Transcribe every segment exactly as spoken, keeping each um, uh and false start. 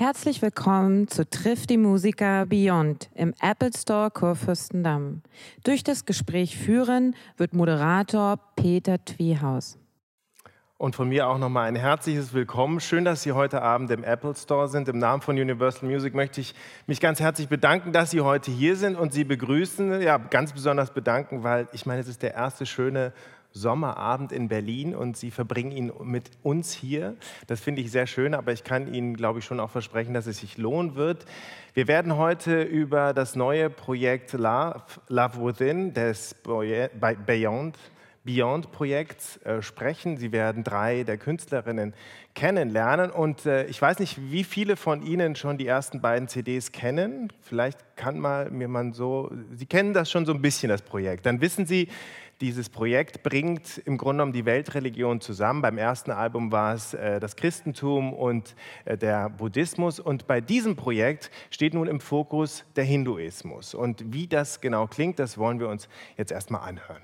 Herzlich willkommen zu Triff die Musiker Beyond im Apple Store Kurfürstendamm. Durch das Gespräch führen wird Moderator Peter Twiehaus. Und von mir auch nochmal ein herzliches Willkommen. Schön, dass Sie heute Abend im Apple Store sind. Im Namen von Universal Music möchte ich mich ganz herzlich bedanken, dass Sie heute hier sind und Sie begrüßen. Ja, ganz besonders bedanken, weil ich meine, es ist der erste schöne Sommerabend in Berlin und Sie verbringen ihn mit uns hier. Das finde ich sehr schön, aber ich kann Ihnen, glaube ich, schon auch versprechen, dass es sich lohnen wird. Wir werden heute über das neue Projekt Love, Love Within des Beyond Beyond-Projekts äh, sprechen. Sie werden drei der Künstlerinnen kennenlernen und äh, ich weiß nicht, wie viele von Ihnen schon die ersten beiden C Ds kennen. Vielleicht kann mal mir man so, Sie kennen das schon so ein bisschen, das Projekt. Dann wissen Sie, dieses Projekt bringt im Grunde genommen die Weltreligionen zusammen. Beim ersten Album war es äh, das Christentum und äh, der Buddhismus und bei diesem Projekt steht nun im Fokus der Hinduismus. Und wie das genau klingt, das wollen wir uns jetzt erstmal anhören.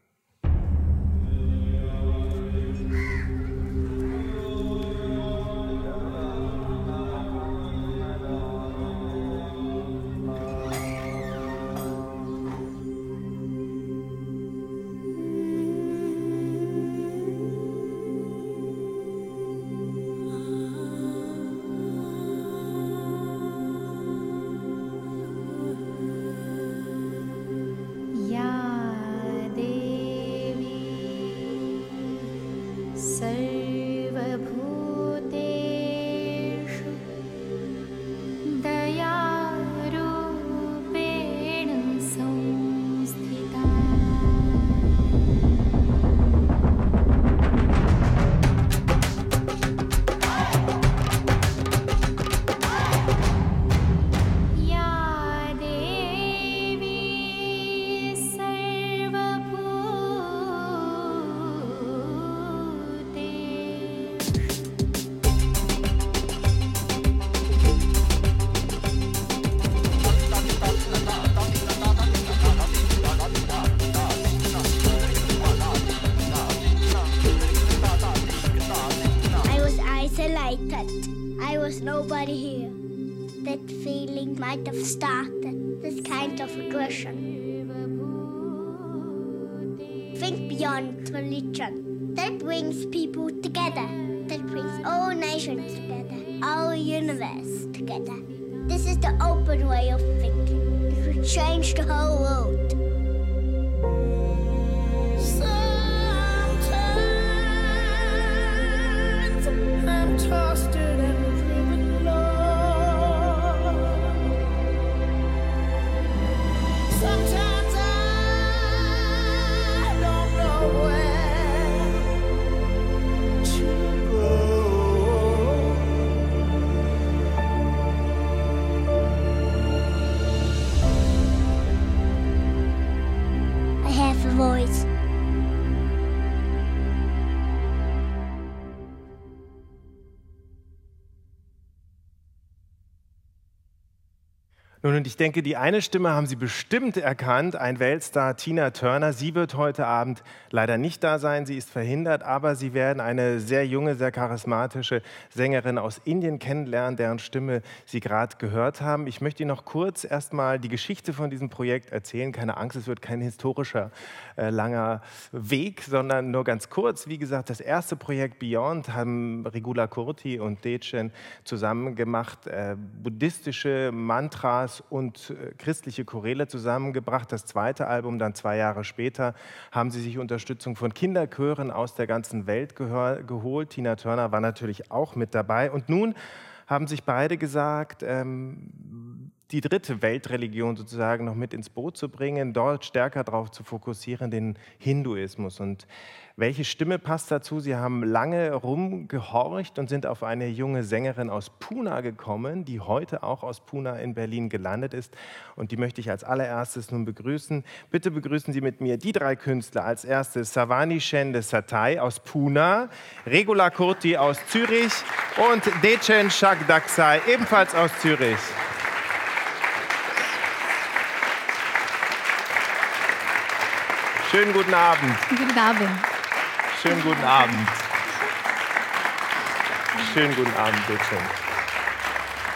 Think beyond religion. That brings people together. That brings all nations together. Our universe together. This is the open way of thinking. It will change the whole world. Sometimes I'm tossed and driven low. Sometimes voice. Nun, und ich denke, die eine Stimme haben Sie bestimmt erkannt, ein Weltstar, Tina Turner. Sie wird heute Abend leider nicht da sein, sie ist verhindert, aber Sie werden eine sehr junge, sehr charismatische Sängerin aus Indien kennenlernen, deren Stimme Sie gerade gehört haben. Ich möchte Ihnen noch kurz erstmal die Geschichte von diesem Projekt erzählen. Keine Angst, es wird kein historischer, äh, langer Weg, sondern nur ganz kurz. Wie gesagt, das erste Projekt Beyond haben Regula Kurti und Dechen zusammen gemacht, äh, buddhistische Mantras und äh, christliche Choräle zusammengebracht. Das zweite Album, dann zwei Jahre später, haben sie sich Unterstützung von Kinderchören aus der ganzen Welt gehör, geholt. Tina Turner war natürlich auch mit dabei. Und nun haben sich beide gesagt, ähm, die dritte Weltreligion sozusagen noch mit ins Boot zu bringen, dort stärker darauf zu fokussieren, den Hinduismus. Und welche Stimme passt dazu? Sie haben lange rumgehorcht und sind auf eine junge Sängerin aus Pune gekommen, die heute auch aus Pune in Berlin gelandet ist. Und die möchte ich als allererstes nun begrüßen. Bitte begrüßen Sie mit mir die drei Künstler. Als erstes Savani Shende Satai aus Pune, Regula Kurti aus Zürich und Dechen Shagdaksai, ebenfalls aus Zürich. Schönen guten Abend. Guten Abend. Schönen guten Abend. Schönen guten Abend, bitte.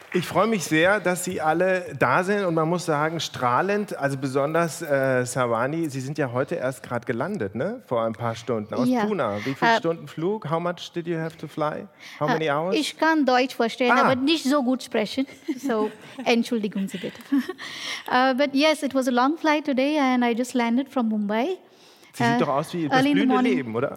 Ich freue mich sehr, dass Sie alle da sind und man muss sagen, strahlend, also besonders äh, Sarwani, Sie sind ja heute erst gerade gelandet, ne? Vor ein paar Stunden aus Ja. Pune. Wie viele Äh, Stunden Flug? How much did you have to fly? How many hours? Ich kann Deutsch verstehen, Ah. aber nicht so gut sprechen. So, entschuldigen Sie bitte. Uh, but yes, it was a long flight today and I just landed from Mumbai. Sie Uh, sieht doch aus wie das early in the blühende morning. Leben, oder?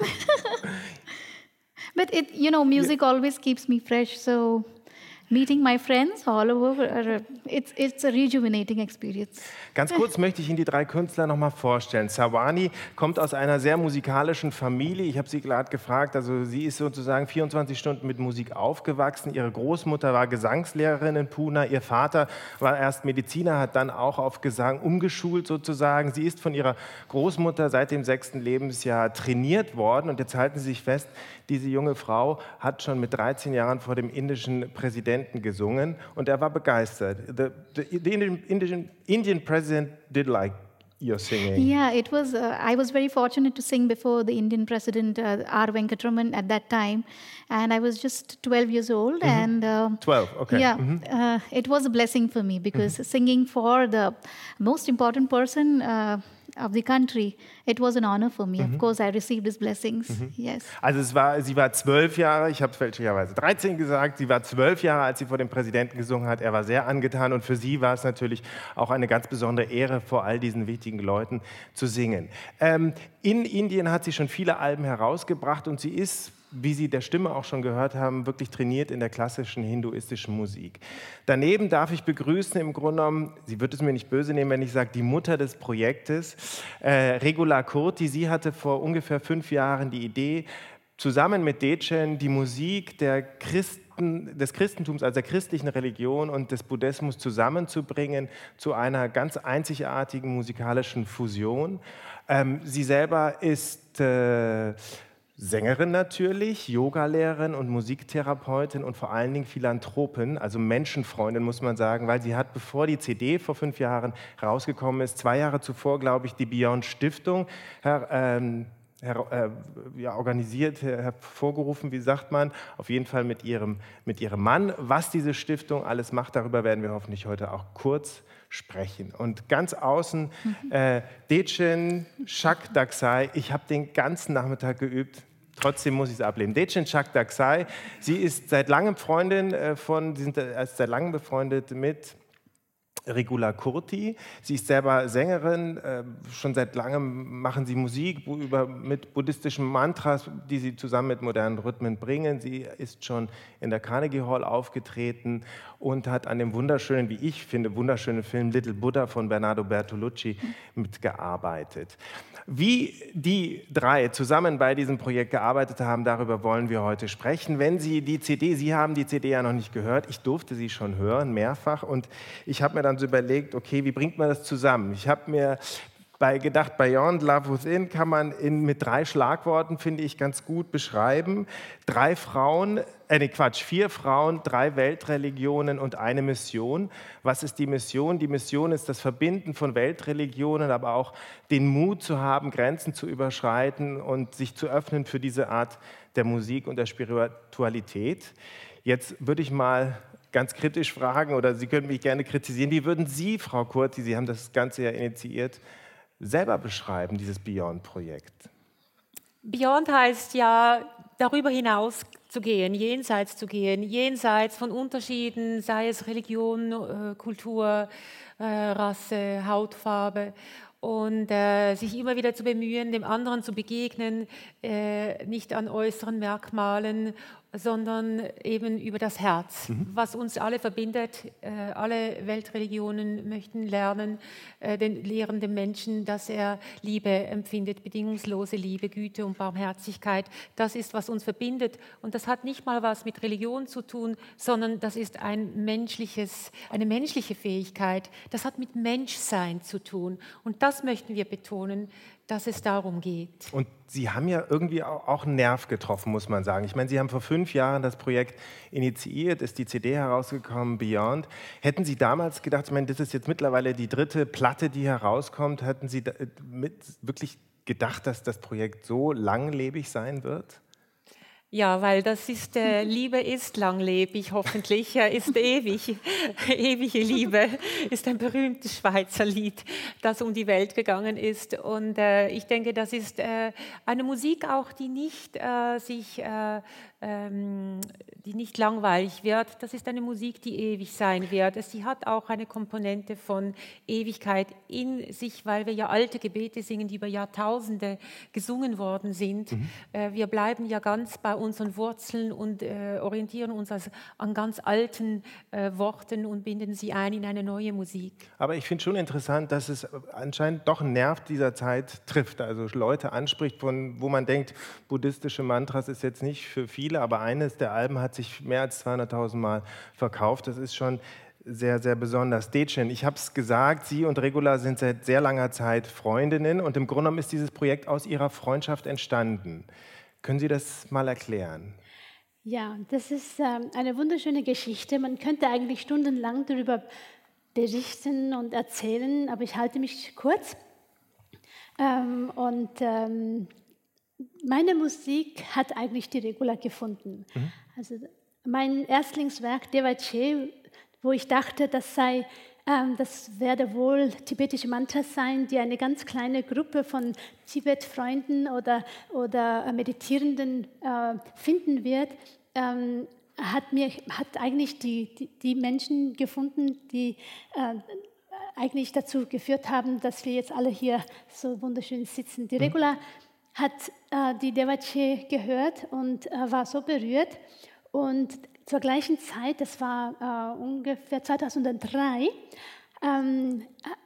But it, you know, music always keeps me fresh. So, meeting my friends all over, uh, it's it's a rejuvenating experience. Ganz kurz möchte ich Ihnen die drei Künstler noch mal vorstellen. Sarwani kommt aus einer sehr musikalischen Familie. Ich habe sie gerade gefragt, also sie ist sozusagen vierundzwanzig Stunden mit Musik aufgewachsen. Ihre Großmutter war Gesangslehrerin in Pune, ihr Vater war erst Mediziner, hat dann auch auf Gesang umgeschult sozusagen. Sie ist von ihrer Großmutter seit dem sechsten Lebensjahr trainiert worden und jetzt halten Sie sich fest, diese junge Frau hat schon mit dreizehn Jahren vor dem indischen Präsidenten gesungen und er war begeistert. The, the, the Indian, Indian, Indian president did like your singing. Yeah, it was. Uh, I was very fortunate to sing before the Indian President uh, R. Venkataraman at that time, and I was just twelve years old. And uh, twelve, okay. yeah, uh, it was a blessing for me because singing for the most important person uh, of the country, it was an honor for me. Of course, I received his blessings. Yes. Also es war, sie war zwölf Jahre, ich habe es fälschlicherweise dreizehn gesagt, sie war zwölf Jahre, als sie vor dem Präsidenten gesungen hat. Er war sehr angetan und für sie war es natürlich auch eine ganz besondere Ehre, vor all diesen wichtigen Leuten zu singen. Ähm, in Indien hat sie schon viele Alben herausgebracht und sie ist, wie Sie der Stimme auch schon gehört haben, wirklich trainiert in der klassischen hinduistischen Musik. Daneben darf ich begrüßen, im Grunde genommen, sie wird es mir nicht böse nehmen, wenn ich sage, die Mutter des Projektes, äh, Regula Kurti. Sie hatte vor ungefähr fünf Jahren die Idee, zusammen mit Dechen die Musik der Christen, des Christentums, also der christlichen Religion und des Buddhismus zusammenzubringen zu einer ganz einzigartigen musikalischen Fusion. Ähm, sie selber ist äh, Sängerin natürlich, Yogalehrerin und Musiktherapeutin und vor allen Dingen Philanthropin, also Menschenfreundin, muss man sagen, weil sie hat, bevor die C D vor fünf Jahren rausgekommen ist, zwei Jahre zuvor, glaube ich, die Beyond Stiftung her, ähm, her, äh, ja, organisiert, her, hervorgerufen, wie sagt man, auf jeden Fall mit ihrem, mit ihrem Mann. Was diese Stiftung alles macht, darüber werden wir hoffentlich heute auch kurz sprechen. Und ganz außen, äh, Dechen Shak Daksai, ich habe den ganzen Nachmittag geübt, trotzdem muss ich es ablehnen. Dechen Shak Daksai, sie ist seit langem Freundin äh, von, sie sind äh, seit langem befreundet mit Regula Kurti. Sie ist selber Sängerin, äh, schon seit langem machen sie Musik über, mit buddhistischen Mantras, die sie zusammen mit modernen Rhythmen bringen. Sie ist schon in der Carnegie Hall aufgetreten und hat an dem wunderschönen, wie ich finde, wunderschönen Film Little Buddha von Bernardo Bertolucci mitgearbeitet. Wie die drei zusammen bei diesem Projekt gearbeitet haben, darüber wollen wir heute sprechen. Wenn Sie die C D, Sie haben die C D ja noch nicht gehört, ich durfte sie schon hören, mehrfach, und ich habe mir dann so überlegt, okay, wie bringt man das zusammen? Ich habe mir bei gedacht, Beyond Love Within kann man in, mit drei Schlagworten, finde ich, ganz gut beschreiben. Drei Frauen, äh, nee, Quatsch, vier Frauen, drei Weltreligionen und eine Mission. Was ist die Mission? Die Mission ist das Verbinden von Weltreligionen, aber auch den Mut zu haben, Grenzen zu überschreiten und sich zu öffnen für diese Art der Musik und der Spiritualität. Jetzt würde ich mal ganz kritisch fragen, oder Sie können mich gerne kritisieren, wie würden Sie, Frau Kurti, Sie haben das Ganze ja initiiert, selber beschreiben, dieses Beyond-Projekt? Beyond heißt ja, darüber hinaus zu gehen, jenseits zu gehen, jenseits von Unterschieden, sei es Religion, Kultur, Rasse, Hautfarbe. Und äh, sich immer wieder zu bemühen, dem anderen zu begegnen, äh, nicht an äußeren Merkmalen, sondern eben über das Herz, mhm. was uns alle verbindet. Äh, alle Weltreligionen möchten lernen, äh, den lehren dem Menschen, dass er Liebe empfindet, bedingungslose Liebe, Güte und Barmherzigkeit. Das ist, was uns verbindet. Und das hat nicht mal was mit Religion zu tun, sondern das ist ein menschliches, eine menschliche Fähigkeit. Das hat mit Menschsein zu tun. Und das möchten wir betonen, dass es darum geht. Und Sie haben ja irgendwie auch einen Nerv getroffen, muss man sagen. Ich meine, Sie haben vor fünf Jahren das Projekt initiiert, ist die C D herausgekommen, Beyond. Hätten Sie damals gedacht, ich meine, das ist jetzt mittlerweile die dritte Platte, die herauskommt, hätten Sie mit wirklich gedacht, dass das Projekt so langlebig sein wird? Ja, weil das ist, äh, Liebe ist langlebig, hoffentlich, äh, ist ewig. Ewige Liebe ist ein berühmtes Schweizer Lied, das um die Welt gegangen ist. Und äh, ich denke, das ist äh, eine Musik auch, die nicht äh, sich, äh, ähm, die nicht langweilig wird. Das ist eine Musik, die ewig sein wird. Es, sie hat auch eine Komponente von Ewigkeit in sich, weil wir ja alte Gebete singen, die über Jahrtausende gesungen worden sind. Mhm. Äh, wir bleiben ja ganz bei unseren Wurzeln und äh, orientieren uns als, an ganz alten äh, Worten und binden sie ein in eine neue Musik. Aber ich finde schon interessant, dass es anscheinend doch einen Nerv dieser Zeit trifft, also Leute anspricht, von, wo man denkt, buddhistische Mantras ist jetzt nicht für viele, aber eines der Alben hat sich mehr als zweihunderttausend Mal verkauft. Das ist schon sehr, sehr besonders. Detjen, ich habe es gesagt, Sie und Regula sind seit sehr langer Zeit Freundinnen und im Grunde genommen ist dieses Projekt aus Ihrer Freundschaft entstanden. Können Sie das mal erklären? Ja, das ist ähm, eine wunderschöne Geschichte. Man könnte eigentlich stundenlang darüber berichten und erzählen, aber ich halte mich kurz. Ähm, und ähm, meine Musik hat eigentlich die Regula gefunden. Mhm. Also mein Erstlingswerk, Devache, wo ich dachte, das sei Das werde wohl tibetische Mantras sein, die eine ganz kleine Gruppe von Tibet-Freunden oder, oder Meditierenden äh, finden wird, ähm, hat, mir, hat eigentlich die, die, die Menschen gefunden, die äh, eigentlich dazu geführt haben, dass wir jetzt alle hier so wunderschön sitzen. Die Regula mhm. hat äh, die Devache gehört und äh, war so berührt. Und zur gleichen Zeit, das war äh, ungefähr zweitausenddrei, ähm,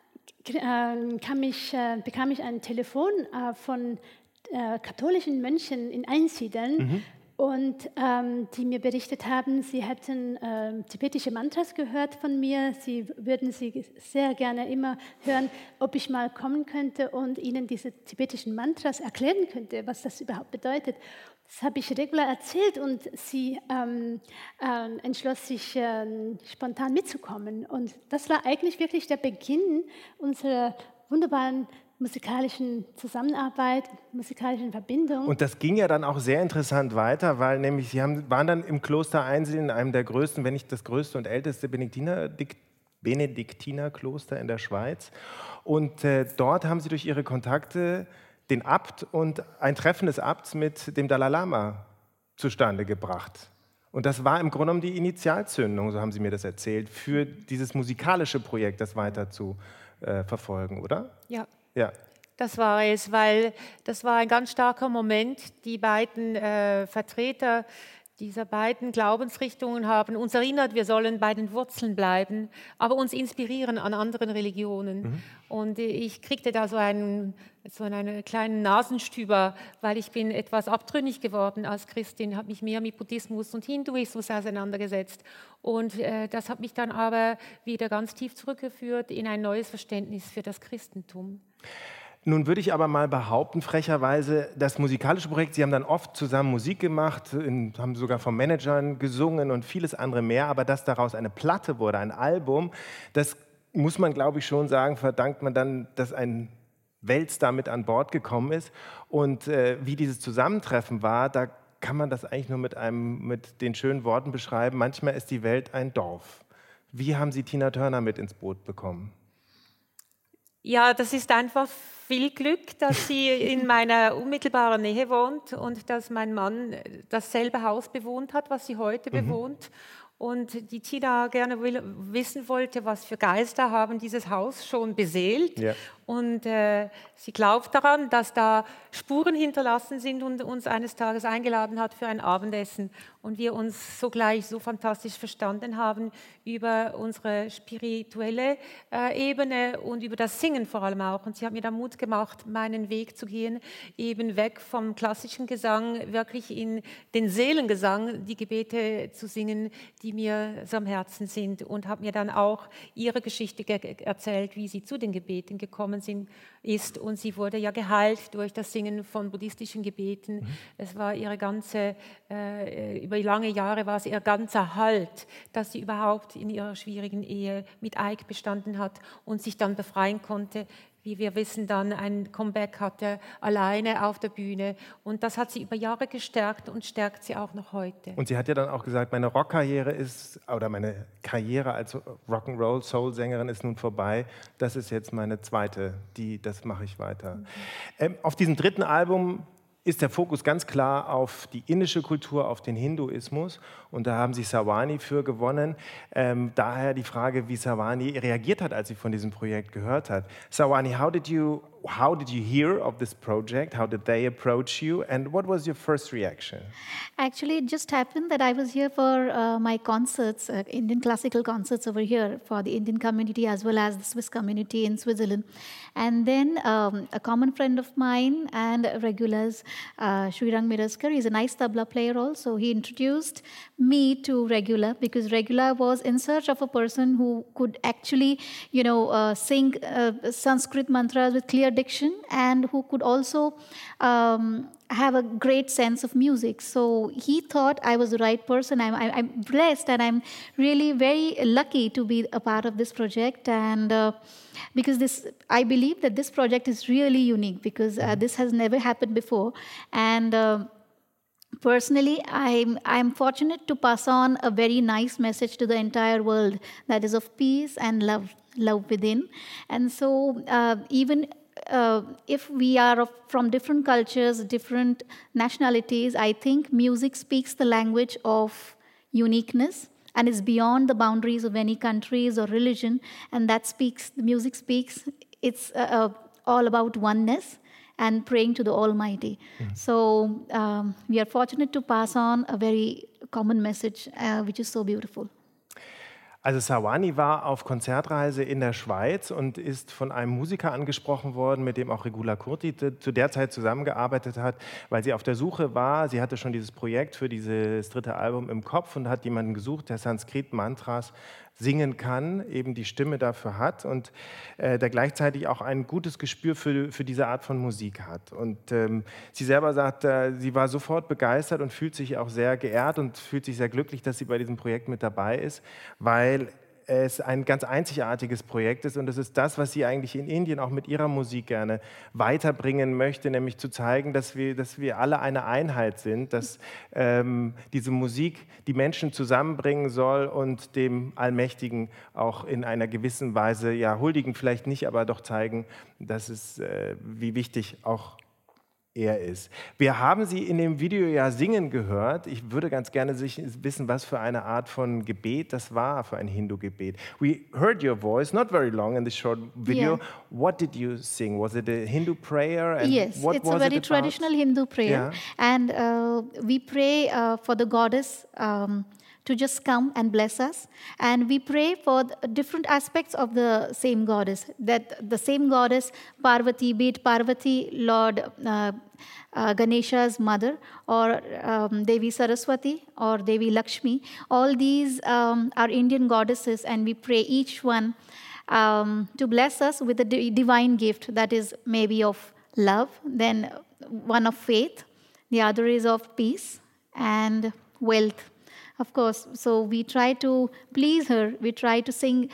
äh, kam ich, äh, bekam ich ein Telefon äh, von äh, katholischen Mönchen in Einsiedeln, mhm. und ähm, die mir berichtet haben, sie hätten äh, tibetische Mantras gehört von mir, sie würden sie sehr gerne immer hören, ob ich mal kommen könnte und ihnen diese tibetischen Mantras erklären könnte, was das überhaupt bedeutet. Das habe ich Regula erzählt und sie ähm, äh, entschloss sich, äh, spontan mitzukommen. Und das war eigentlich wirklich der Beginn unserer wunderbaren musikalischen Zusammenarbeit, musikalischen Verbindung. Und das ging ja dann auch sehr interessant weiter, weil nämlich Sie haben, waren dann im Kloster Einsiedeln, in einem der größten, wenn nicht das größte und älteste Benediktiner, Benediktinerkloster in der Schweiz. Und äh, dort haben Sie durch Ihre Kontakte den Abt und ein Treffen des Abts mit dem Dalai Lama zustande gebracht. Und das war im Grunde genommen die Initialzündung, so haben Sie mir das erzählt, für dieses musikalische Projekt, das weiter zu äh, verfolgen, oder? Ja. Ja. Das war es, weil das war ein ganz starker Moment. Die beiden äh, Vertreter dieser beiden Glaubensrichtungen haben uns erinnert, wir sollen bei den Wurzeln bleiben, aber uns inspirieren an anderen Religionen. Mhm. Und ich kriegte da so einen, so einen kleinen Nasenstüber, weil ich bin etwas abtrünnig geworden als Christin, habe mich mehr mit Buddhismus und Hinduismus auseinandergesetzt. Und äh, das hat mich dann aber wieder ganz tief zurückgeführt in ein neues Verständnis für das Christentum. Nun würde ich aber mal behaupten, frecherweise, das musikalische Projekt, Sie haben dann oft zusammen Musik gemacht, in, haben sogar von Managern gesungen und vieles andere mehr, aber dass daraus eine Platte wurde, ein Album, das muss man, glaube ich, schon sagen, verdankt man dann, dass ein Weltstar mit an Bord gekommen ist. Und äh, wie dieses Zusammentreffen war, da kann man das eigentlich nur mit, einem, mit den schönen Worten beschreiben, manchmal ist die Welt ein Dorf. Wie haben Sie Tina Turner mit ins Boot bekommen? Ja, das ist einfach viel Glück, dass sie in meiner unmittelbaren Nähe wohnt und dass mein Mann dasselbe Haus bewohnt hat, was sie heute mhm. bewohnt. Und die Tina gerne will, wissen wollte, was für Geister haben dieses Haus schon beseelt. Ja. Und äh, sie glaubt daran, dass da Spuren hinterlassen sind und uns eines Tages eingeladen hat für ein Abendessen. Und wir uns sogleich so fantastisch verstanden haben über unsere spirituelle äh, Ebene und über das Singen vor allem auch. Und sie hat mir da Mut gemacht, meinen Weg zu gehen, eben weg vom klassischen Gesang, wirklich in den Seelengesang, die Gebete zu singen, die mir so am Herzen sind. Und hat mir dann auch ihre Geschichte ge- erzählt, wie sie zu den Gebeten gekommen sind, ist. Und sie wurde ja geheilt durch das Singen von buddhistischen Gebeten. Mhm. Es war ihre ganze, äh, über lange Jahre war es ihr ganzer Halt, dass sie überhaupt in ihrer schwierigen Ehe mit Ike bestanden hat und sich dann befreien konnte wie wir wissen, dann ein Comeback hatte, alleine auf der Bühne. Und das hat sie über Jahre gestärkt und stärkt sie auch noch heute. Und sie hat ja dann auch gesagt, meine Rockkarriere ist, oder meine Karriere als Rock'n'Roll-Soul-Sängerin ist nun vorbei. Das ist jetzt meine zweite, die, das mache ich weiter. Mhm. Ähm, auf diesem dritten Album ist der Fokus ganz klar auf die indische Kultur, auf den Hinduismus. Und da haben Sie Sarwani für gewonnen. Ähm, daher die Frage, wie Sarwani reagiert hat, als sie von diesem Projekt gehört hat. Sarwani, how did you, how did you hear of this project? How did they approach you? And what was your first reaction? Actually, it just happened that I was here for uh, my concerts, uh, Indian classical concerts over here for the Indian community as well as the Swiss community in Switzerland. And then um, a common friend of mine and regulars, uh, Srirang Miraskar, he's a nice tabla player also. He introduced me to Regula because Regula was in search of a person who could actually, you know, uh, sing uh, Sanskrit mantras with clear diction and who could also um, have a great sense of music. So he thought I was the right person. I'm, I'm blessed and I'm really very lucky to be a part of this project. And uh, because this, I believe that this project is really unique because uh, this has never happened before. And uh, personally, I'm, I'm fortunate to pass on a very nice message to the entire world that is of peace and love, love within. And so uh, even Uh, if we are of, from different cultures, different nationalities, I think music speaks the language of uniqueness and is beyond the boundaries of any countries or religion. And that speaks, the music speaks, it's uh, uh, all about oneness and praying to the Almighty. Mm. So um, we are fortunate to pass on a very common message, uh, which is so beautiful. Also Sarwani war auf Konzertreise in der Schweiz und ist von einem Musiker angesprochen worden, mit dem auch Regula Curti zu der Zeit zusammengearbeitet hat, weil sie auf der Suche war. Sie hatte schon dieses Projekt für dieses dritte Album im Kopf und hat jemanden gesucht, der Sanskrit-Mantras singen kann, eben die Stimme dafür hat und äh, der gleichzeitig auch ein gutes Gespür für, für diese Art von Musik hat. Und ähm, sie selber sagt, äh, sie war sofort begeistert und fühlt sich auch sehr geehrt und fühlt sich sehr glücklich, dass sie bei diesem Projekt mit dabei ist, weil es ein ganz einzigartiges Projekt ist und es ist das, was sie eigentlich in Indien auch mit ihrer Musik gerne weiterbringen möchte, nämlich zu zeigen, dass wir, dass wir alle eine Einheit sind, dass ähm, diese Musik die Menschen zusammenbringen soll und dem Allmächtigen auch in einer gewissen Weise, ja, huldigen vielleicht nicht, aber doch zeigen, dass es, äh, wie wichtig auch er ist. Wir haben Sie in dem Video ja singen gehört. Ich würde ganz gerne wissen, was für eine Art von Gebet das war, für ein Hindu-Gebet. We heard your voice, not very long in this short video. Yeah. What did you sing? Was it a Hindu prayer? And yes, what it's was a very it traditional Hindu prayer. Yeah. And uh, we pray uh, for the goddess um, to just come and bless us. And we pray for the different aspects of the same goddess, that the same goddess, Parvati, be it Parvati, Lord uh, uh, Ganesha's mother, or um, Devi Saraswati, or Devi Lakshmi, all these um, are Indian goddesses, and we pray each one um, to bless us with a d- divine gift that is maybe of love, then one of faith, the other is of peace and wealth. Of course, so we try to please her, we try to sing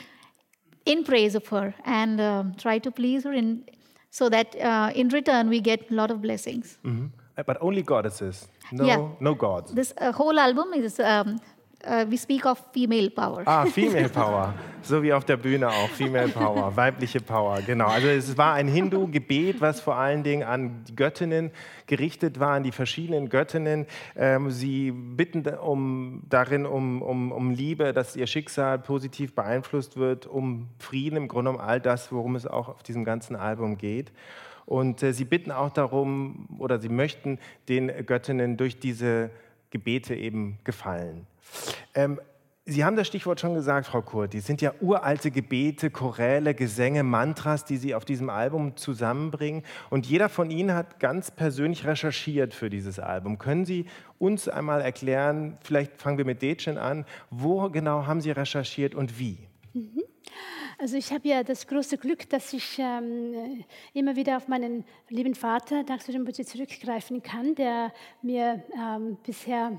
in praise of her and uh, try to please her in, so that uh, in return we get a lot of blessings. Mm-hmm. But only goddesses, no, yeah. no gods. This uh, whole album is, um, uh, we speak of female power. Ah, female power, so wie auf der Bühne auch, female power, weibliche Power, genau. Also es war ein Hindu-Gebet, was vor allen Dingen an die Göttinnen gerichtet war, an die verschiedenen Göttinnen. Ähm, sie bitten um, darin um, um, um Liebe, dass ihr Schicksal positiv beeinflusst wird, um Frieden, im Grunde um all das, worum es auch auf diesem ganzen Album geht. Und äh, sie bitten auch darum, oder sie möchten den Göttinnen durch diese Gebete eben gefallen. Ähm, Sie haben das Stichwort schon gesagt, Frau Curti. Es sind ja uralte Gebete, Choräle, Gesänge, Mantras, die Sie auf diesem Album zusammenbringen. Und jeder von Ihnen hat ganz persönlich recherchiert für dieses Album. Können Sie uns einmal erklären, vielleicht fangen wir mit Dechen an, wo genau haben Sie recherchiert und wie? Mhm. Also ich habe ja das große Glück, dass ich ähm, immer wieder auf meinen lieben Vater, Doctor Rinpoche, zurückgreifen kann, der mir ähm, bisher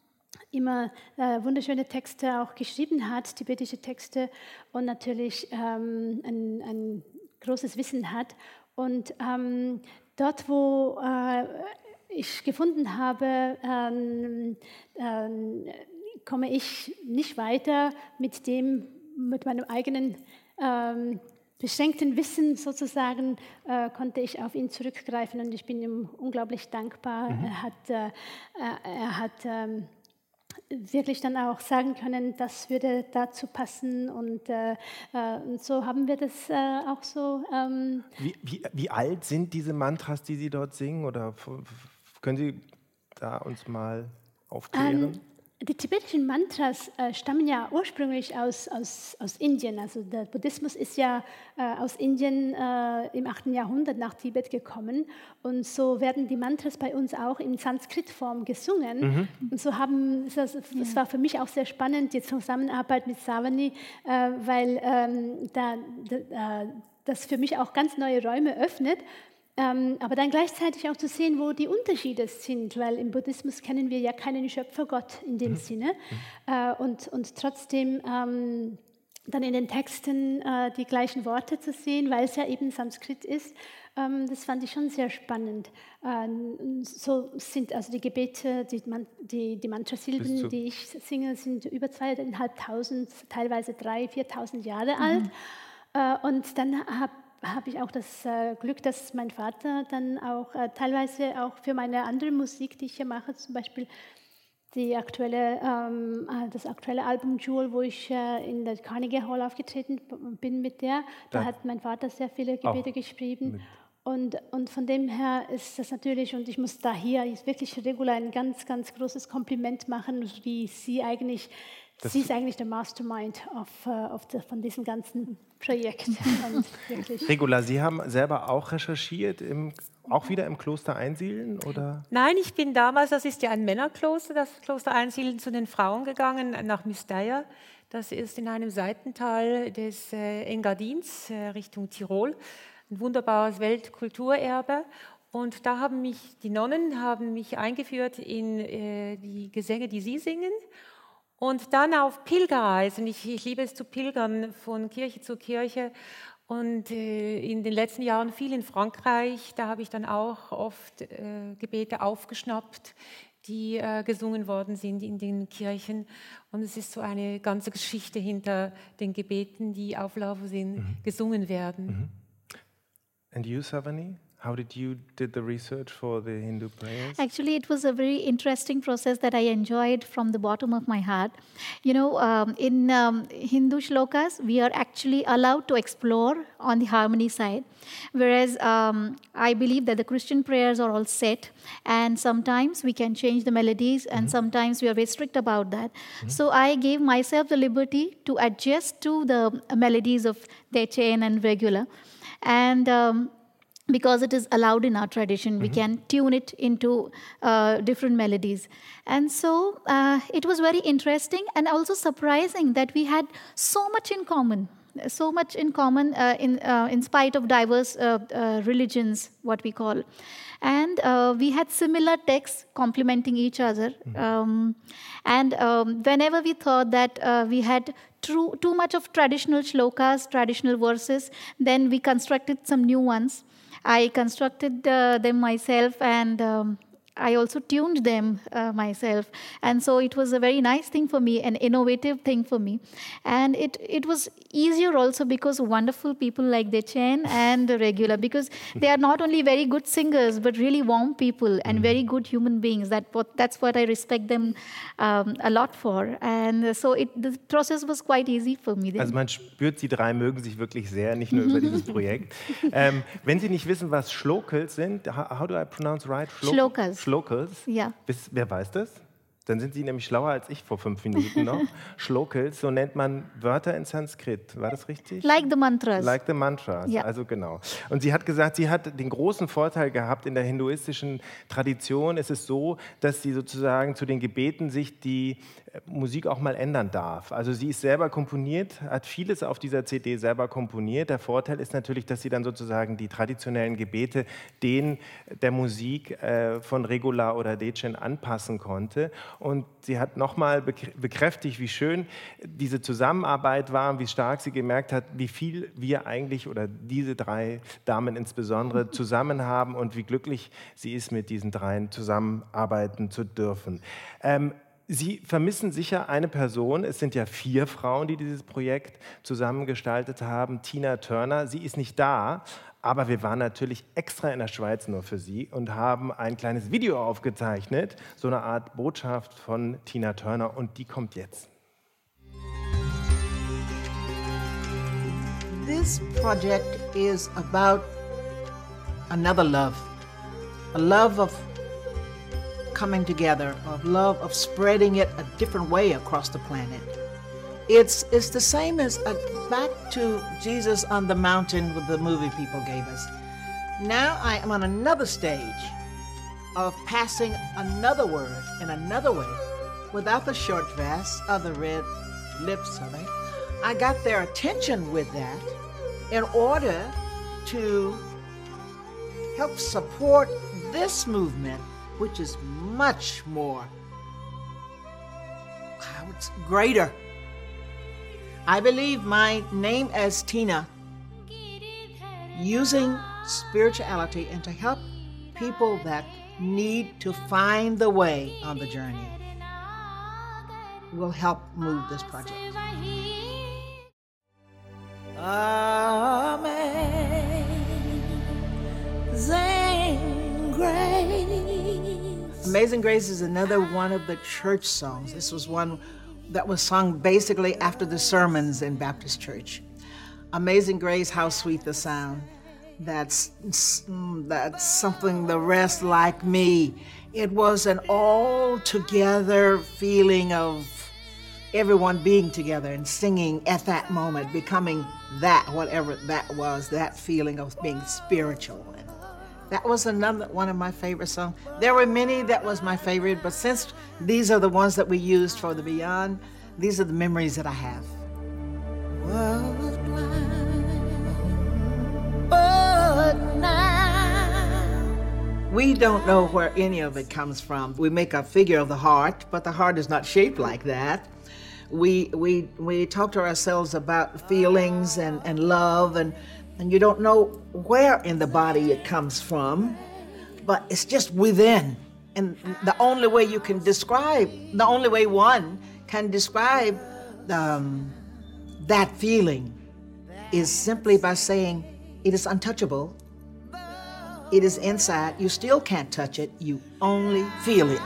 immer äh, wunderschöne Texte auch geschrieben hat, tibetische Texte und natürlich ähm, ein, ein großes Wissen hat. Und ähm, dort, wo äh, ich gefunden habe, ähm, ähm, komme ich nicht weiter mit dem, mit meinem eigenen ähm, beschränkten Wissen sozusagen, äh, konnte ich auf ihn zurückgreifen und ich bin ihm unglaublich dankbar. Mhm. Er hat, äh, er hat ähm, wirklich dann auch sagen können, das würde dazu passen und, äh, und so haben wir das äh, auch so. Ähm wie, wie, wie alt sind diese Mantras, die Sie dort singen? Oder können Sie da uns mal aufklären? Ähm, Die tibetischen Mantras äh, stammen ja ursprünglich aus, aus, aus Indien. Also der Buddhismus ist ja äh, aus Indien äh, im achten Jahrhundert nach Tibet gekommen. Und so werden die Mantras bei uns auch in Sanskrit-Form gesungen. Mhm. Und so haben, das, das war für mich auch sehr spannend, die Zusammenarbeit mit Savani, äh, weil ähm, da, da, das für mich auch ganz neue Räume öffnet. Ähm, aber dann gleichzeitig auch zu sehen, wo die Unterschiede sind, weil im Buddhismus kennen wir ja keinen Schöpfergott in dem mhm. Sinne. Mhm. Äh, und, und trotzdem ähm, dann in den Texten äh, die gleichen Worte zu sehen, weil es ja eben Sanskrit ist, ähm, das fand ich schon sehr spannend. Ähm, so sind also die Gebete, die, Man- die, die Mantrasilben, die ich singe, sind über zweieinhalbtausend, teilweise dreitausend, viertausend Jahre mhm. alt. Äh, und dann habe habe ich auch das äh, Glück, dass mein Vater dann auch äh, teilweise auch für meine andere Musik, die ich hier mache, zum Beispiel die aktuelle, ähm, das aktuelle Album Jewel, wo ich äh, in der Carnegie Hall aufgetreten bin mit der, da ja. hat mein Vater sehr viele Gebete auch geschrieben. Und, und von dem her ist das natürlich, und ich muss da hier wirklich Regula ein ganz, ganz großes Kompliment machen, wie sie eigentlich, das sie ist eigentlich der Mastermind of, uh, of the, von diesem ganzen Projekt. Regula, Sie haben selber auch recherchiert, im, auch wieder im Kloster Einsiedeln? Oder? Nein, ich bin damals, das ist ja ein Männerkloster, das Kloster Einsiedeln, zu den Frauen gegangen, nach Müsteier. Das ist in einem Seitental des äh, Engadins, äh, Richtung Tirol. Ein wunderbares Weltkulturerbe. Und da haben mich die Nonnen haben mich eingeführt in äh, die Gesänge, die sie singen. Und dann auf Pilgerreisen. Ich, ich liebe es zu pilgern von Kirche zu Kirche. Und äh, in den letzten Jahren viel in Frankreich. Da habe ich dann auch oft äh, Gebete aufgeschnappt, die äh, gesungen worden sind in den Kirchen. Und es ist so eine ganze Geschichte hinter den Gebeten, die auf Lavuzin mhm. gesungen werden. Mhm. And you, Savani? How did you did the research for the Hindu prayers? Actually, it was a very interesting process that I enjoyed from the bottom of my heart. You know, um, in um, Hindu shlokas, we are actually allowed to explore on the harmony side, whereas um, I believe that the Christian prayers are all set, and sometimes we can change the melodies, and mm-hmm. sometimes we are very strict about that. Mm-hmm. So I gave myself the liberty to adjust to the melodies of Dechen and Regula, and um, because it is allowed in our tradition, mm-hmm. we can tune it into uh, different melodies. And so uh, it was very interesting and also surprising that we had so much in common, so much in common uh, in, uh, in spite of diverse uh, uh, religions, what we call. And uh, we had similar texts complementing each other. Mm-hmm. Um, and um, whenever we thought that uh, we had too, too much of traditional shlokas, traditional verses, then we constructed some new ones. I constructed uh, them myself, and um, I also tuned them uh, myself. And so it was a very nice thing for me, an innovative thing for me. And it, it was easier also because wonderful people like Dechen and Regula, because they are not only very good singers, but really warm people and very good human beings. That what, that's what I respect them um, a lot for. And so it, the process was quite easy for me then. Also man spürt, Sie drei mögen sich wirklich sehr, nicht nur über dieses Projekt. Ähm, wenn Sie nicht wissen, was Shlokals sind, how, how do I pronounce right? Shlokas. Shlokas? Ja. Bis, wer weiß das? Dann sind Sie nämlich schlauer als ich vor fünf Minuten noch. Shlokals, so nennt man Wörter in Sanskrit. War das richtig? Like the mantras. Like the mantras, ja. Also genau. Und sie hat gesagt, sie hat den großen Vorteil gehabt, in der hinduistischen Tradition ist es so, dass sie sozusagen zu den Gebeten sich die Musik auch mal ändern darf. Also sie ist selber komponiert, hat vieles auf dieser C D selber komponiert. Der Vorteil ist natürlich, dass sie dann sozusagen die traditionellen Gebete denen der Musik äh, von Regula oder Decen anpassen konnte. Und sie hat nochmal bekräftigt, wie schön diese Zusammenarbeit war und wie stark sie gemerkt hat, wie viel wir eigentlich oder diese drei Damen insbesondere zusammen haben und wie glücklich sie ist, mit diesen dreien zusammenarbeiten zu dürfen. Ähm, Sie vermissen sicher eine Person. Es sind ja vier Frauen, die dieses Projekt zusammengestaltet haben. Tina Turner, sie ist nicht da, aber wir waren natürlich extra in der Schweiz nur für sie und haben ein kleines Video aufgezeichnet, so eine Art Botschaft von Tina Turner, und die kommt jetzt. This project is about another love, a love of coming together, of love, of spreading it a different way across the planet. It's, it's the same as uh, back to Jesus on the mountain with the movie people gave us. Now I am on another stage of passing another word in another way without the short dress or the red lips of it. I got their attention with that in order to help support this movement, which is much more, how it's greater. I believe my name as Tina, using spirituality and to help people that need to find the way on the journey, will help move this project. Amazing Grace. Amazing Grace is another one of the church songs. This was one that was sung basically after the sermons in Baptist church. Amazing Grace, how sweet the sound. That's, that's something the rest like me. It was an all-together feeling of everyone being together and singing at that moment, becoming that, whatever that was, that feeling of being spiritual. That was another one of my favorite songs. There were many that was my favorite, but since these are the ones that we used for the Beyond, these are the memories that I have. Was blind, but now. We don't know where any of it comes from. We make a figure of the heart, but the heart is not shaped like that. We, we, we talk to ourselves about feelings and, and love, and, and you don't know where in the body it comes from, but it's just within. And the only way you can describe, the only way one can describe um, that feeling is simply by saying it is untouchable, it is inside, you still can't touch it, you only feel it.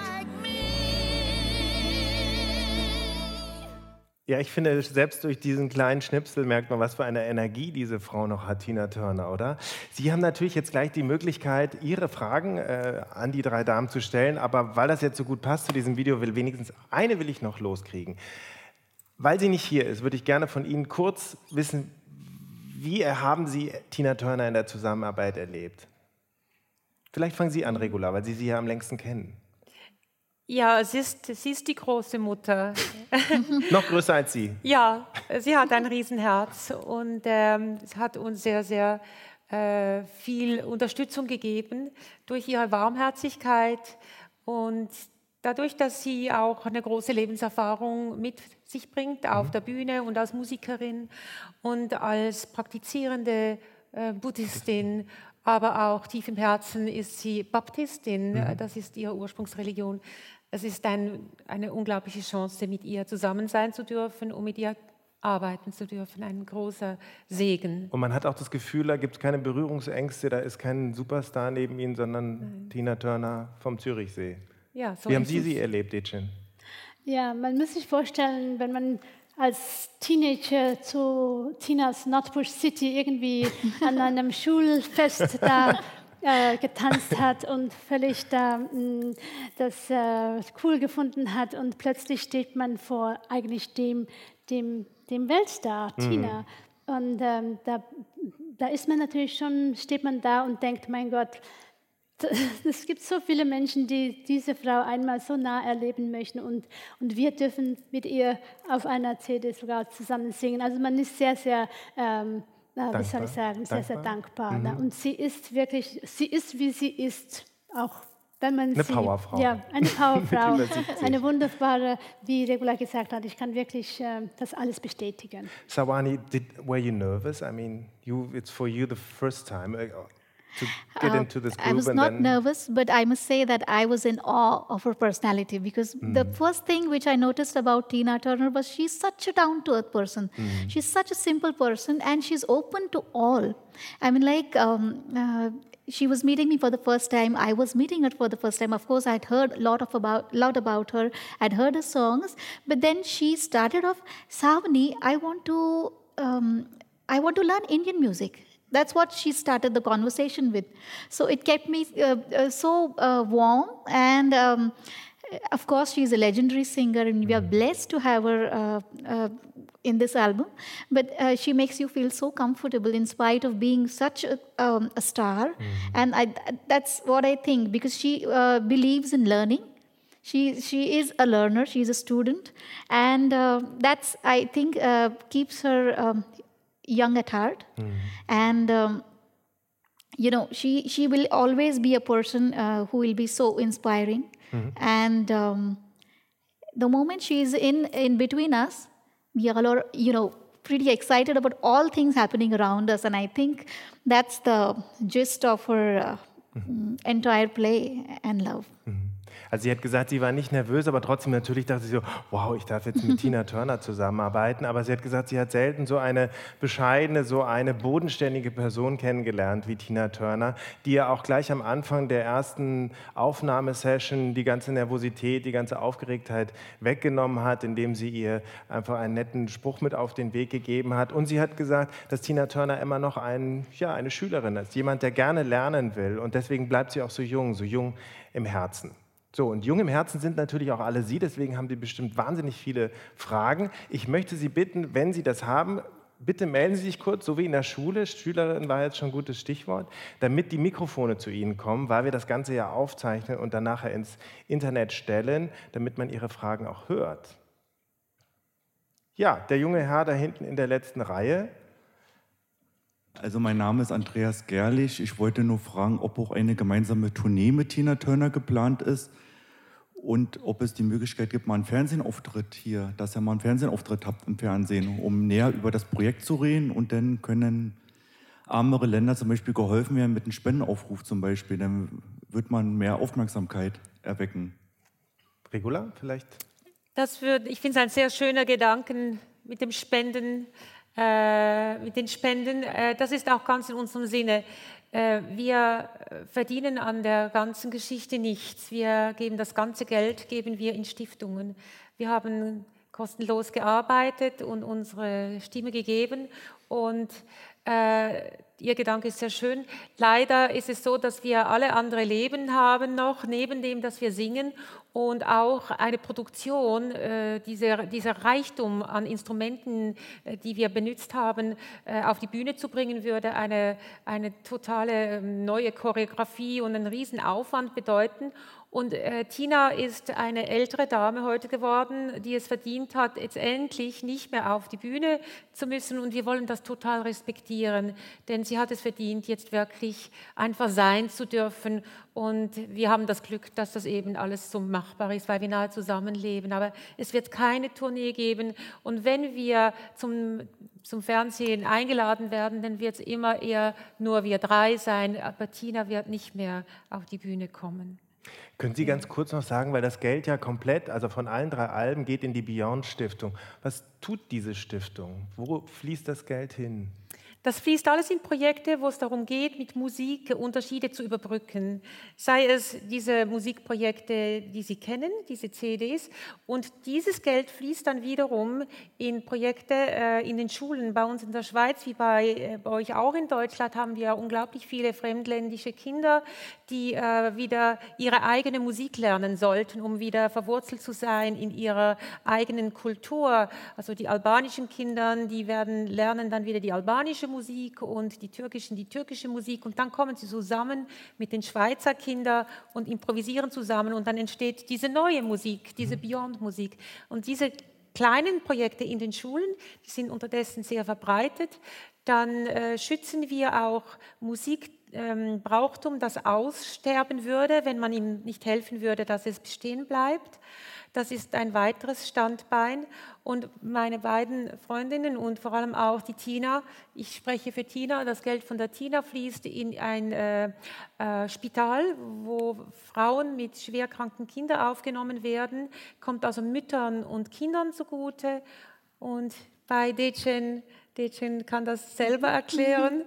Ja, ich finde, selbst durch diesen kleinen Schnipsel merkt man, was für eine Energie diese Frau noch hat, Tina Turner, oder? Sie haben natürlich jetzt gleich die Möglichkeit, Ihre Fragen äh, an die drei Damen zu stellen, aber weil das jetzt so gut passt zu diesem Video, will wenigstens eine will ich noch loskriegen. Weil sie nicht hier ist, würde ich gerne von Ihnen kurz wissen, wie haben Sie Tina Turner in der Zusammenarbeit erlebt? Vielleicht fangen Sie an, Regula, weil Sie sie ja am längsten kennen. Ja, sie ist, sie ist die große Mutter. Noch größer als Sie? Ja, sie hat ein Riesenherz und ähm, es hat uns sehr, sehr äh, viel Unterstützung gegeben durch ihre Warmherzigkeit und dadurch, dass sie auch eine große Lebenserfahrung mit sich bringt auf der Bühne und als Musikerin und als praktizierende äh, Buddhistin, aber auch tief im Herzen ist sie Baptistin, mhm. das ist ihre Ursprungsreligion. Es ist ein, eine unglaubliche Chance, mit ihr zusammen sein zu dürfen und mit ihr arbeiten zu dürfen. Ein großer Segen. Und man hat auch das Gefühl, da gibt es keine Berührungsängste, da ist kein Superstar neben Ihnen, sondern Nein. Tina Turner vom Zürichsee. Ja, so Wie haben Sie sie erlebt, Decen? Ja, man muss sich vorstellen, wenn man als Teenager zu Tinas Nordbush City irgendwie an einem Schulfest da äh, getanzt hat und völlig da mh, das äh, cool gefunden hat und plötzlich steht man vor eigentlich dem, dem, dem Weltstar, mhm. Tina. Und ähm, da, da ist man natürlich schon, steht man da und denkt, mein Gott, es gibt so viele Menschen, die diese Frau einmal so nah erleben möchten und, und wir dürfen mit ihr auf einer C D sogar zusammen singen. Also man ist sehr, sehr, ähm, wie soll ich sagen, sehr, sehr dankbar. Mhm. Ne? Und sie ist wirklich, sie ist, wie sie ist, auch wenn man eine sie... Powerfrau. Ja, eine Powerfrau, eine wunderbare, wie Regula gesagt hat, ich kann wirklich äh, das alles bestätigen. Sawani, did, were you nervous? I mean, you, it's for you the first time. Uh, To get Uh, into this group I was and not then... nervous, but I must say that I was in awe of her personality because mm. the first thing which I noticed about Tina Turner was she's such a down-to-earth person. Mm. She's such a simple person and she's open to all. I mean, like, um, uh, she was meeting me for the first time. I was meeting her for the first time. Of course, I'd heard a lot, of about, lot about her. I'd heard her songs. But then she started off, Savani, I want to, um, I want to learn Indian music. That's what she started the conversation with. So it kept me uh, uh, so uh, warm. And um, of course, she's a legendary singer, and we are blessed to have her uh, uh, in this album. But uh, she makes you feel so comfortable in spite of being such a, um, a star. Mm-hmm. And I, that's what I think, because she uh, believes in learning. She, she is a learner. She's a student. And uh, that's, I think, uh, keeps her... Um, young at heart, mm. and um, you know, she she will always be a person uh, who will be so inspiring. Mm-hmm. And um, the moment she is in in between us, we all are, you know, pretty excited about all things happening around us, and I think that's the gist of her uh, mm-hmm. entire play and love. Mm-hmm. Also sie hat gesagt, sie war nicht nervös, aber trotzdem natürlich dachte sie so, wow, ich darf jetzt mit Tina Turner zusammenarbeiten. Aber sie hat gesagt, sie hat selten so eine bescheidene, so eine bodenständige Person kennengelernt wie Tina Turner, die ja auch gleich am Anfang der ersten Aufnahmesession die ganze Nervosität, die ganze Aufgeregtheit weggenommen hat, indem sie ihr einfach einen netten Spruch mit auf den Weg gegeben hat. Und sie hat gesagt, dass Tina Turner immer noch ein, ja, eine Schülerin ist, jemand, der gerne lernen will. Und deswegen bleibt sie auch so jung, so jung im Herzen. So, und jung im Herzen sind natürlich auch alle Sie, deswegen haben Sie bestimmt wahnsinnig viele Fragen. Ich möchte Sie bitten, wenn Sie das haben, bitte melden Sie sich kurz, so wie in der Schule, Schülerin war jetzt schon ein gutes Stichwort, damit die Mikrofone zu Ihnen kommen, weil wir das Ganze ja aufzeichnen und dann nachher ins Internet stellen, damit man Ihre Fragen auch hört. Ja, der junge Herr da hinten in der letzten Reihe. Also mein Name ist Andreas Gerlich. Ich wollte nur fragen, ob auch eine gemeinsame Tournee mit Tina Turner geplant ist und ob es die Möglichkeit gibt, mal einen Fernsehauftritt hier, dass ihr mal einen Fernsehauftritt habt im Fernsehen, um näher über das Projekt zu reden, und dann können ärmere Länder zum Beispiel geholfen werden mit einem Spendenaufruf zum Beispiel. Dann wird man mehr Aufmerksamkeit erwecken. Regula, vielleicht? Das wird, ich finde es ein sehr schöner Gedanken mit dem Spenden. Äh, mit den Spenden, äh, das ist auch ganz in unserem Sinne. Äh, wir verdienen an der ganzen Geschichte nichts. Wir geben das ganze Geld, geben wir in Stiftungen. Wir haben kostenlos gearbeitet und unsere Stimme gegeben, und äh, Ihr Gedanke ist sehr schön. Leider ist es so, dass wir alle andere Leben haben noch, neben dem, dass wir singen, und auch eine Produktion, äh, dieser, dieser Reichtum an Instrumenten, äh, die wir benutzt haben, äh, auf die Bühne zu bringen, würde eine, eine totale neue Choreografie und einen riesen Aufwand bedeuten. Und äh, Tina ist eine ältere Dame heute geworden, die es verdient hat, jetzt endlich nicht mehr auf die Bühne zu müssen. Und wir wollen das total respektieren, denn sie hat es verdient, jetzt wirklich einfach sein zu dürfen. Und wir haben das Glück, dass das eben alles so machbar ist, weil wir nahe zusammenleben. Aber es wird keine Tournee geben. Und wenn wir zum, zum Fernsehen eingeladen werden, dann wird es immer eher nur wir drei sein. Aber Tina wird nicht mehr auf die Bühne kommen. Können Sie ganz kurz noch sagen, weil das Geld ja komplett, also von allen drei Alben, geht in die Beyond Stiftung. Was tut diese Stiftung? Wo fließt das Geld hin? Das fließt alles in Projekte, wo es darum geht, mit Musik Unterschiede zu überbrücken. Sei es diese Musikprojekte, die Sie kennen, diese C Ds. Und dieses Geld fließt dann wiederum in Projekte äh, in den Schulen. Bei uns in der Schweiz, wie bei, äh, bei euch auch in Deutschland, haben wir unglaublich viele fremdländische Kinder, die äh, wieder ihre eigene Musik lernen sollten, um wieder verwurzelt zu sein in ihrer eigenen Kultur. Also die albanischen Kinder, die werden lernen dann wieder die albanische Musik. Musik und die türkischen die türkische Musik und dann kommen sie zusammen mit den Schweizer Kindern und improvisieren zusammen und dann entsteht diese neue Musik, diese Beyond-Musik. Und diese kleinen Projekte in den Schulen, die sind unterdessen sehr verbreitet. Dann äh, schützen wir auch Musikbrauchtum, ähm, das aussterben würde, wenn man ihm nicht helfen würde, dass es bestehen bleibt. Das ist ein weiteres Standbein. Und meine beiden Freundinnen und vor allem auch die Tina, ich spreche für Tina, das Geld von der Tina fließt in ein äh, äh, Spital, wo Frauen mit schwerkranken Kindern aufgenommen werden, kommt also Müttern und Kindern zugute. Und bei Dechen, Dechen kann das selber erklären.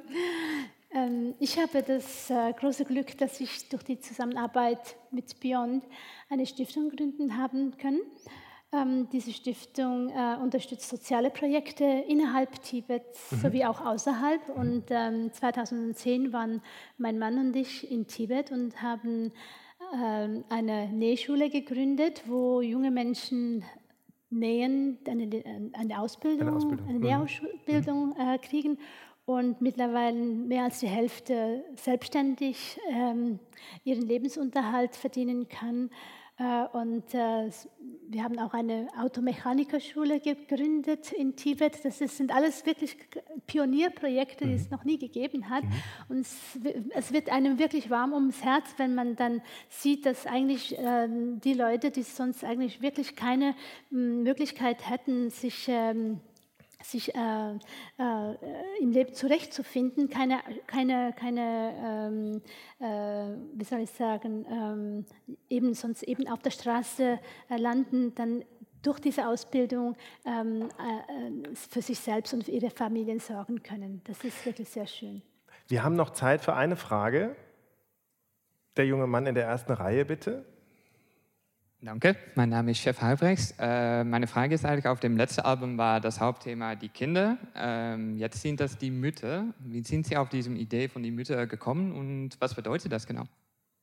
Ich habe das äh, große Glück, dass ich durch die Zusammenarbeit mit Beyond eine Stiftung gründen haben können. Ähm, diese Stiftung äh, unterstützt soziale Projekte innerhalb Tibets mhm. sowie auch außerhalb. Und ähm, zweitausendzehn waren mein Mann und ich in Tibet und haben ähm, eine Nähschule gegründet, wo junge Menschen nähen, eine, eine Ausbildung, eine, Ausbildung. eine Nähausbildung mhm. äh, kriegen. Und mittlerweile mehr als die Hälfte selbstständig ähm, ihren Lebensunterhalt verdienen kann. Äh, und äh, wir haben auch eine Automechanikerschule gegründet in Tibet. Das ist, sind alles wirklich Pionierprojekte, die es noch nie gegeben hat. Mhm. Und es, es wird einem wirklich warm ums Herz, wenn man dann sieht, dass eigentlich äh, die Leute, die sonst eigentlich wirklich keine m, Möglichkeit hätten, sich ähm, sich äh, äh, im Leben zurechtzufinden, keine, keine, keine ähm, äh, wie soll ich sagen, ähm, eben sonst eben auf der Straße äh, landen, dann durch diese Ausbildung ähm, äh, für sich selbst und für ihre Familien sorgen können. Das ist wirklich sehr schön. Wir haben noch Zeit für eine Frage. Der junge Mann in der ersten Reihe, bitte. Danke, mein Name ist Chef Halbrechts. Äh, meine Frage ist eigentlich, auf dem letzten Album war das Hauptthema die Kinder. Ähm, jetzt sind das die Mütter. Wie sind Sie auf diese Idee von den Müttern gekommen und was bedeutet das genau?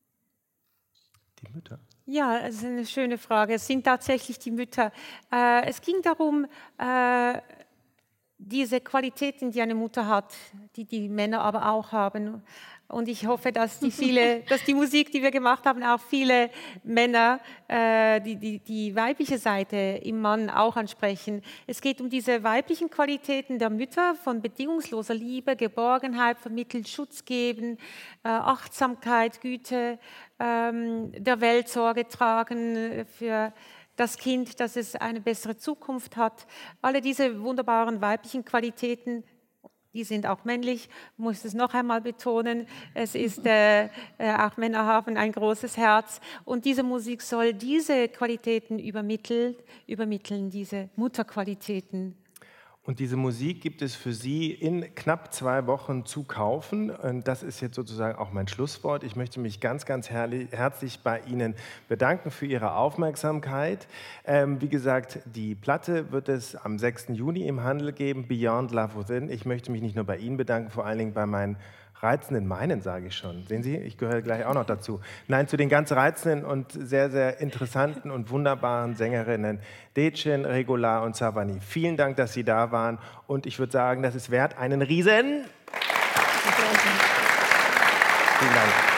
Die Mütter? Ja, das ist eine schöne Frage. Es sind tatsächlich die Mütter. Äh, es ging darum, äh, diese Qualitäten, die eine Mutter hat, die die Männer aber auch haben. Und ich hoffe, dass die, viele, dass die Musik, die wir gemacht haben, auch viele Männer äh, die, die, die weibliche Seite im Mann auch ansprechen. Es geht um diese weiblichen Qualitäten der Mütter, von bedingungsloser Liebe, Geborgenheit vermitteln, Schutz geben, äh, Achtsamkeit, Güte, ähm, der Welt Sorge tragen für das Kind, dass es eine bessere Zukunft hat. Alle diese wunderbaren weiblichen Qualitäten, die sind auch männlich, ich muss es noch einmal betonen. Es ist, äh, äh, auch Männer haben ein großes Herz. Und diese Musik soll diese Qualitäten übermitteln, übermitteln diese Mutterqualitäten. Und diese Musik gibt es für Sie in knapp zwei Wochen zu kaufen. Und das ist jetzt sozusagen auch mein Schlusswort. Ich möchte mich ganz, ganz herrlich, herzlich bei Ihnen bedanken für Ihre Aufmerksamkeit. Ähm, wie gesagt, die Platte wird es am sechsten Juni im Handel geben, Beyond Love Within. Ich möchte mich nicht nur bei Ihnen bedanken, vor allen Dingen bei meinen reizenden Meinen, sage ich schon. Sehen Sie, ich gehöre gleich auch noch dazu. Nein, zu den ganz reizenden und sehr, sehr interessanten und wunderbaren Sängerinnen Dechen, Regula und Savani. Vielen Dank, dass Sie da waren. Und ich würde sagen, das ist wert einen Riesen... Vielen Dank.